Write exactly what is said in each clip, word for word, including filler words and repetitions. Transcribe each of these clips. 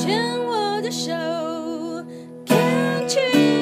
牵我的手 Can't choose。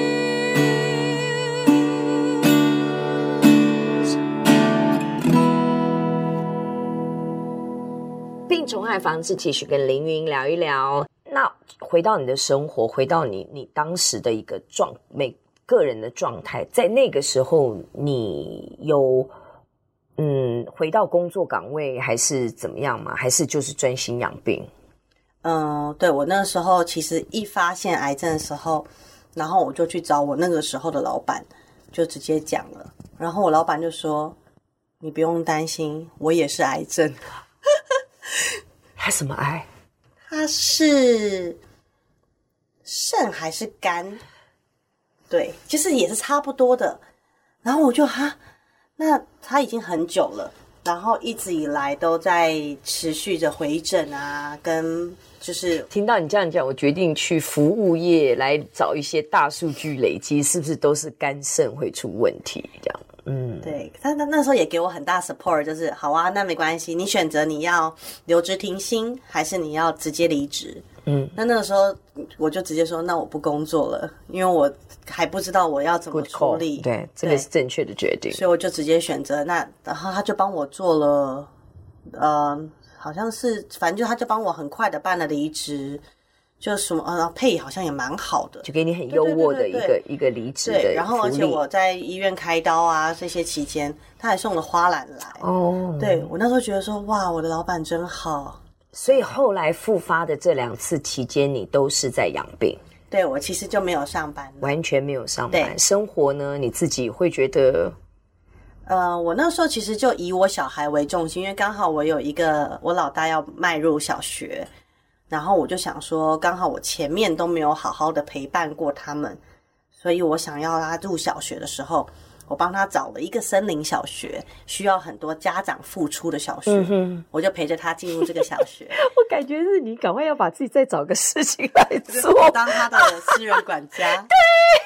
病虫害防治继续跟凌云聊一聊。那回到你的生活，回到你你当时的一个状每个人的状态，在那个时候你有嗯回到工作岗位还是怎么样吗？还是就是专心养病？ 嗯，对，我那时候其实一发现癌症的时候，然后我就去找我那个时候的老板，就直接讲了。然后我老板就说：“你不用担心，我也是癌症。” 他什么癌？ 他是肾还是肝？对，就是也是差不多的。然后我就哈，那他已经很久了，然后一直以来都在持续着回诊啊，跟就是听到你这样讲，我决定去服务业来找一些大数据累积，是不是都是肝肾会出问题这样？嗯， 对，他那那时候也给我很大 support， 就是好啊，那没关系，你选择你要留职停薪，还是你要直接离职？嗯，那那个时候我就直接说，那我不工作了，因为我还不知道我要怎么处理。 对，这个是正确的决定， 所以我就直接选择那，然后他就帮我做了，呃，好像是反正就他就帮我很快的办了离职。就什么呃，配好像也蛮好的， 就给你很优渥的一个对对对对一个离职的福利。 对，然后而且我在医院开刀啊这些期间，他还送了花篮来。哦，对，我那时候觉得说，哇，我的老板真好。 所以后来复发的这两次期间，你都是在养病。 对，我其实就没有上班了， 完全没有上班。生活呢，你自己会觉得？ 呃，我那时候其实就以我小孩为重心，因为刚好我有一个我老大要迈入小学。然后我就想说，刚好我前面都没有好好的陪伴过他们，所以我想要他入小学的时候，我帮他找了一个森林小学，需要很多家长付出的小学，嗯、我就陪着他进入这个小学。 我感觉是你赶快要把自己再找个事情来做， 当他的私人管家。对。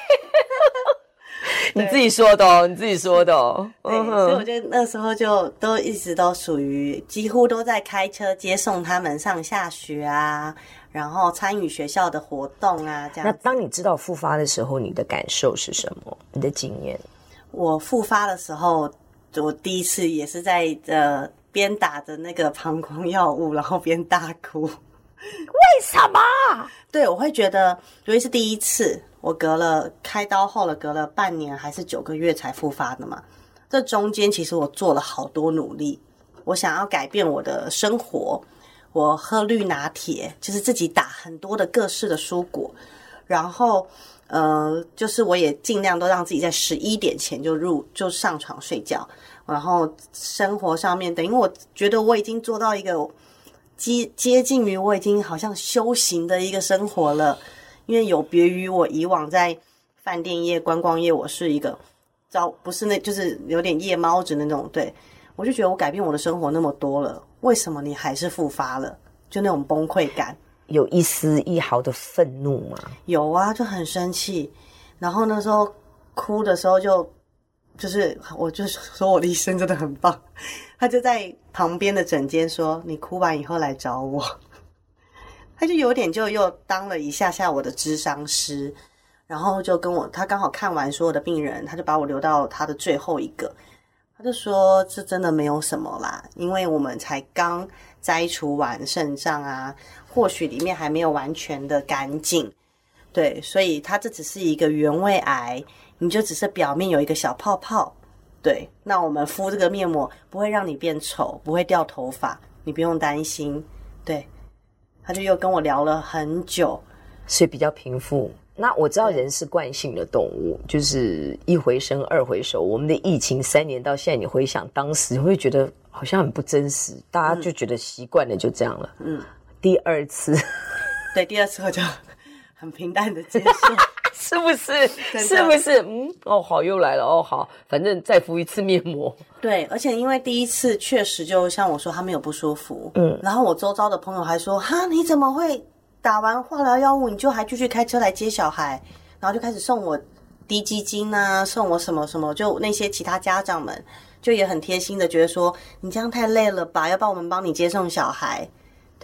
你自己说的哦，你自己说的哦。 对，所以我就那时候就都一直都属于几乎都在开车接送他们上下学啊，然后参与学校的活动啊，这样。 那当你知道复发的时候，你的感受是什么？你的经验？ 我复发的时候，我第一次也是在呃边打着那个膀胱药物，然后边大哭。 为什么？ 对，我会觉得，尤其是第一次，我隔了开刀后了，隔了半年还是九个月才复发的嘛。这中间其实我做了好多努力，我想要改变我的生活，我喝绿拿铁，就是自己打很多的各式的蔬果，然后呃，就是我也尽量都让自己在十一点前就入就上床睡觉，然后生活上面，等于我觉得我已经做到一个。接接近于我已经好像修行的一个生活了，因为有别于我以往在饭店业、观光业，我是一个招不是那就是有点夜猫子那种。对，我就觉得我改变我的生活那么多了，为什么你还是复发了？就那种崩溃感， 有一丝一毫的愤怒吗？ 有啊，就很生气，然后那时候哭的时候就就是我就说我的医生真的很棒。他就在旁边的诊间说：“你哭完以后来找我。”他就有点就又当了一下下我的咨商师，然后就跟我，他刚好看完所有的病人，他就把我留到他的最后一个。他就说：“这真的没有什么啦，因为我们才刚摘除完肾脏啊，或许里面还没有完全的干净，对，所以他这只是一个原位癌，你就只是表面有一个小泡泡。”对，那我们敷这个面膜不会让你变丑，不会掉头发，你不用担心。对，他就又跟我聊了很久， 所以比较平复。那我知道人是惯性的动物，就是一回生二回熟。我们的疫情三年到现在，你回想当时，你会觉得好像很不真实，大家就觉得习惯了，就这样了。嗯，第二次， 对，第二次我就很平淡的接受。 是不是？是不是？嗯，哦，好，又来了。哦，好，反正再敷一次面膜。 对，而且因为第一次确实就像我说，他没有不舒服。嗯，然后我周遭的朋友还说：“哈，你怎么会打完化疗药物，你就还继续开车来接小孩？”然后就开始送我滴鸡精啊，送我什么什么，就那些其他家长们就也很贴心的觉得说：“你这样太累了吧？要不然我们帮你接送小孩。”对。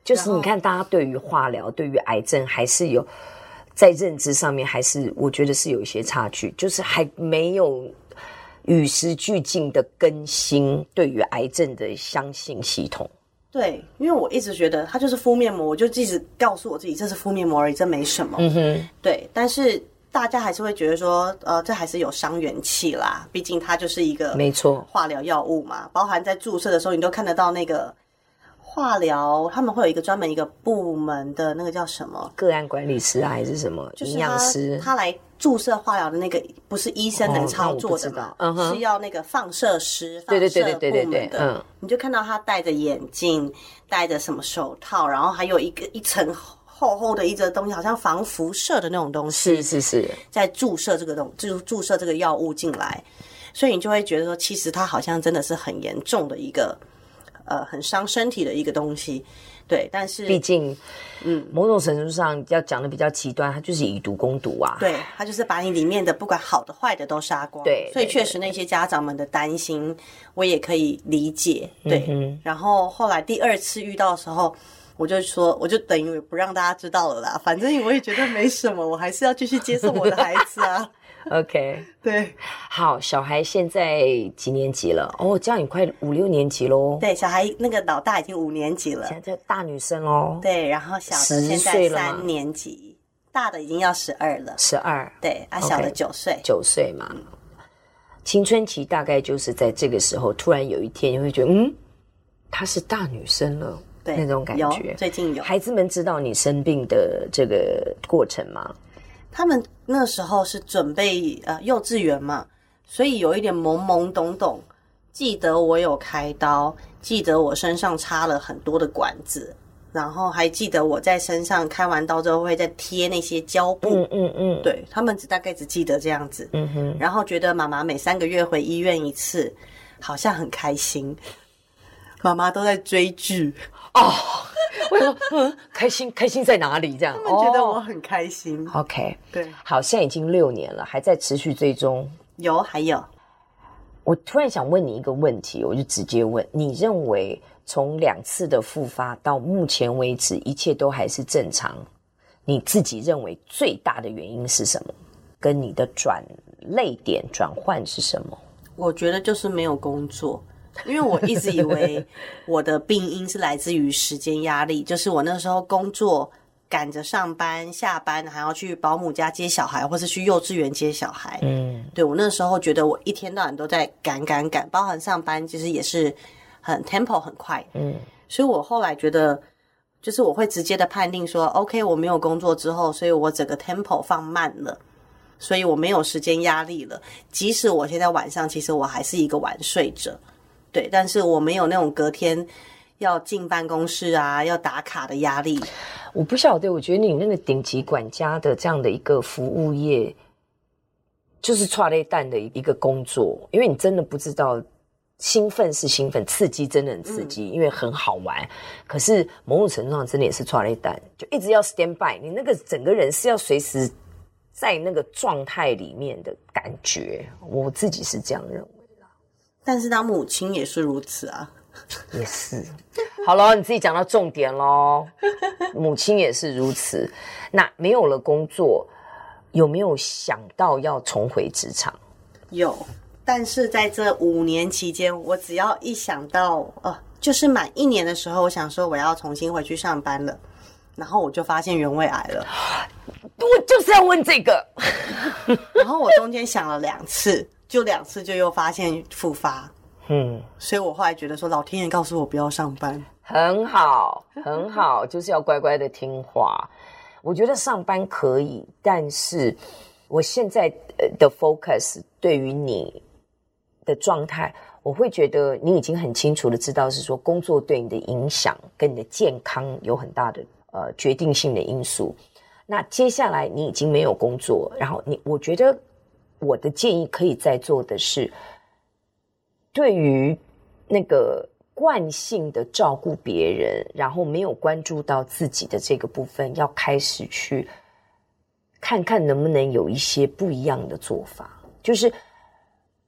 就是你看，大家对于化疗、对于癌症还是有在认知上面，还是我觉得是有一些差距，就是还没有与时俱进的更新对于癌症的相信系统。 对，因为我一直觉得它就是敷面膜，我就一直告诉我自己这是敷面膜而已，这没什么。 嗯哼， 对，但是大家还是会觉得说，呃，这还是有伤元气啦，毕竟它就是一个没错化疗药物嘛，包含在注射的时候，你都看得到那个化疗，他们会有一个专门一个部门的那个叫什么个案管理师啊，还是什么营养师？ 他来注射化疗的那个不是医生能操作的嘛？ 哦嗯、 是要那个放射师、 对对对放射对对部门的。嗯，你就看到他戴着眼镜，戴着什么手套，然后还有一个一层厚厚的一个东西，好像防辐射的那种东西。 是是是， 在注射这个东，就注射这个药物进来，所以你就会觉得说，其实它好像真的是很严重的一个。呃，很伤身体的一个东西，对，但是毕竟，嗯，某种程度上要讲的比较极端，它就是以毒攻毒啊。 对，它就是把你里面的不管好的坏的都杀光。 对， 所以确实那些家长们的担心，我也可以理解。对， 嗯、 然后后来第二次遇到的时候，我就说，我就等于不让大家知道了啦，反正我也觉得没什么，我还是要继续接送我的孩子啊。 OK， 对， 好，小孩现在几年级了？哦，这样也快五六年级咯。 对，小孩那个老大已经五年级了， 现在大女生咯。 对，然后小的现在三年级，大的已经要十二了。 十二， 对，啊，小的九岁， 九岁嘛。嗯，青春期大概就是在这个时候，突然有一天你会觉得，嗯，她是大女生了，对，那种感觉。 最近有孩子们知道你生病的这个过程吗？ 他们那时候是准备呃幼稚园嘛，所以有一点懵懵懂懂。记得我有开刀，记得我身上插了很多的管子，然后还记得我在身上开完刀之后会再贴那些胶布。 嗯嗯嗯， 对，他们只大概只记得这样子。 嗯哼， 然后觉得妈妈每三个月回医院一次，好像很开心。妈妈都在追剧哦。我说，嗯，开心，开心在哪里？这样， 他们觉得我很开心。 哦、OK， 对， 好，现在已经六年了，还在持续追踪。 有，还有。 我突然想问你一个问题，我就直接问：你认为从两次的复发到目前为止，一切都还是正常？你自己认为最大的原因是什么？跟你的转泪点转换是什么？ 我觉得就是没有工作。因为我一直以为我的病因是来自于时间压力，就是我那时候工作赶着上班下班还要去保姆家接小孩，或是去幼稚园接小孩。嗯，对，我那时候觉得我一天到晚都在赶赶赶，包含上班其实也是很 tempo 很快。嗯，所以我后来觉得就是我会直接的判定说 OK 我没有工作之后，所以我整个 tempo 放慢了，所以我没有时间压力了。即使我现在晚上其实我还是一个晚睡者，对，但是我没有那种隔天要进办公室啊要打卡的压力。 我不晓得，我觉得你那个顶级管家的这样的一个服务业就是剉咧蛋的一个工作，因为你真的不知道，兴奋是兴奋，刺激真的很刺激，嗯，因为很好玩，可是某种程度上真的也是剉咧蛋，就一直要 stand by， 你那个整个人是要随时在那个状态里面的感觉，我自己是这样认为。 但是当母亲也是如此啊。 也是。好咯，你自己讲到重点咯。母亲也是如此。那没有了工作，有没有想到要重回职场？ 有，但是在这五年期间，我只要一想到呃，就是满一年的时候，我想说我要重新回去上班了，然后我就发现原位癌了。 我就是要问这个。 然后我中间想了两次，就两次就又发现复发。嗯，所以我后来觉得说，老天爷告诉我不要上班。 很好，很好，就是要乖乖的听话。我觉得上班可以，但是我现在的 focus 对于你的状态，我会觉得你已经很清楚的知道是说工作对你的影响跟你的健康有很大的呃决定性的因素。那接下来你已经没有工作，然后你，我觉得我的建议可以再做的是，对于那个惯性的照顾别人，然后没有关注到自己的这个部分，要开始去看看能不能有一些不一样的做法。就是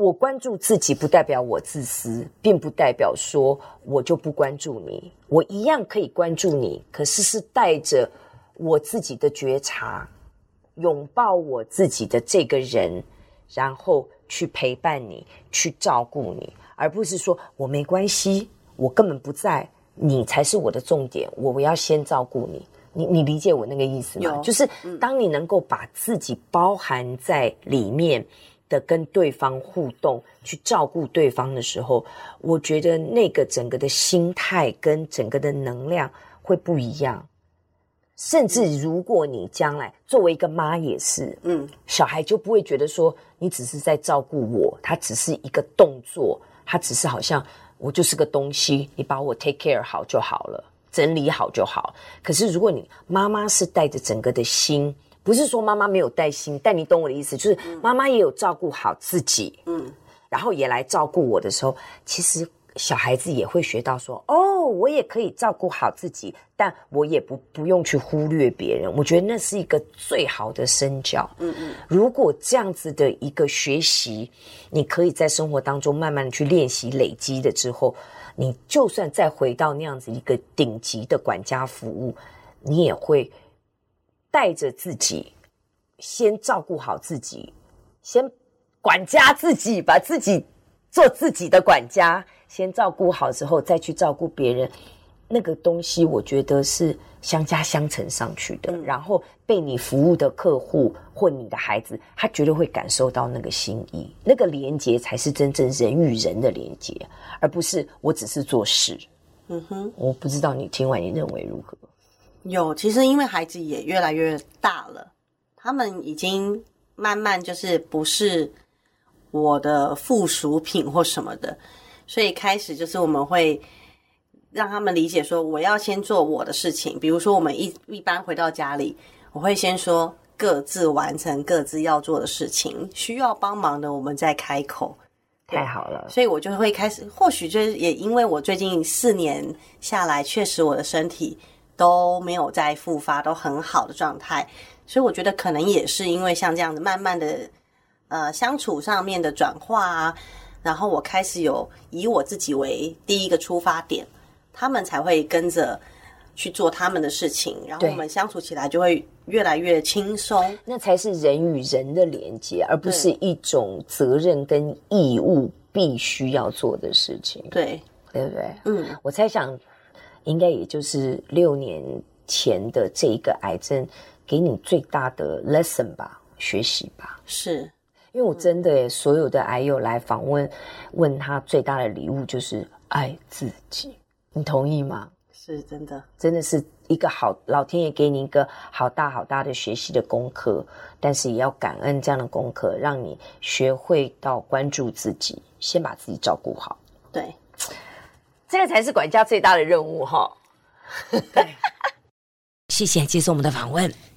我关注自己不代表我自私，并不代表说我就不关注你，我一样可以关注你，可是是带着我自己的觉察，拥抱我自己的这个人，然后去陪伴你，去照顾你，而不是说我没关系，我根本不在，你才是我的重点，我要先照顾你。你你理解我那个意思吗？就是当你能够把自己包含在里面的跟对方互动，去照顾对方的时候，我觉得那个整个的心态跟整个的能量会不一样。甚至如果你将来作为一个妈也是，嗯，小孩就不会觉得说你只是在照顾我，他只是一个动作，他只是好像我就是个东西，你把我 take care 好就好了，整理好就好。可是如果你妈妈是带着整个的心，不是说妈妈没有带心，但你懂我的意思，就是妈妈也有照顾好自己，嗯，然后也来照顾我的时候，其实小孩子也会学到说，哦，我也可以照顾好自己，但我也不不用去忽略别人。我觉得那是一个最好的身教。嗯嗯，如果这样子的一个学习，你可以在生活当中慢慢的去练习累积的之后，你就算再回到那样子一个顶级的管家服务，你也会带着自己先照顾好自己，先管家自己，把自己做自己的管家，先照顾好之后再去照顾别人，那个东西我觉得是相加相乘上去的、嗯、然后被你服务的客户或你的孩子，他绝对会感受到那个心意，那个连结才是真正人与人的连结，而不是我只是做事。嗯哼，我不知道你听完你认为如何？ 有，其实因为孩子也越来越大了，他们已经慢慢就是不是我的附属品或什么的，所以开始就是我们会让他们理解说，我要先做我的事情。比如说我们一一般回到家里，我会先说各自完成各自要做的事情，需要帮忙的我们再开口。 太好了， 所以我就会开始，或许就是也因为我最近四年下来，确实我的身体都没有再复发，都很好的状态，所以我觉得可能也是因为像这样子慢慢的呃相处上面的转化啊，然后我开始有以我自己为第一个出发点，他们才会跟着去做他们的事情，然后我们相处起来就会越来越轻松， 那才是人与人的连接，而不是一种责任跟义务必须要做的事情。 对， 对不对？嗯，我猜想应该也就是六年前的这一个癌症给你最大的 lesson 吧，学习吧。 是， 因为我真的耶，所有的癌友来访问，问他最大的礼物就是爱自己，你同意吗？ 是真的， 真的是一个好，老天爷给你一个好大好大的学习的功课，但是也要感恩这样的功课，让你学会到关注自己，先把自己照顾好。 对， 这个才是管家最大的任务哈。 对， 谢谢接受我们的访问。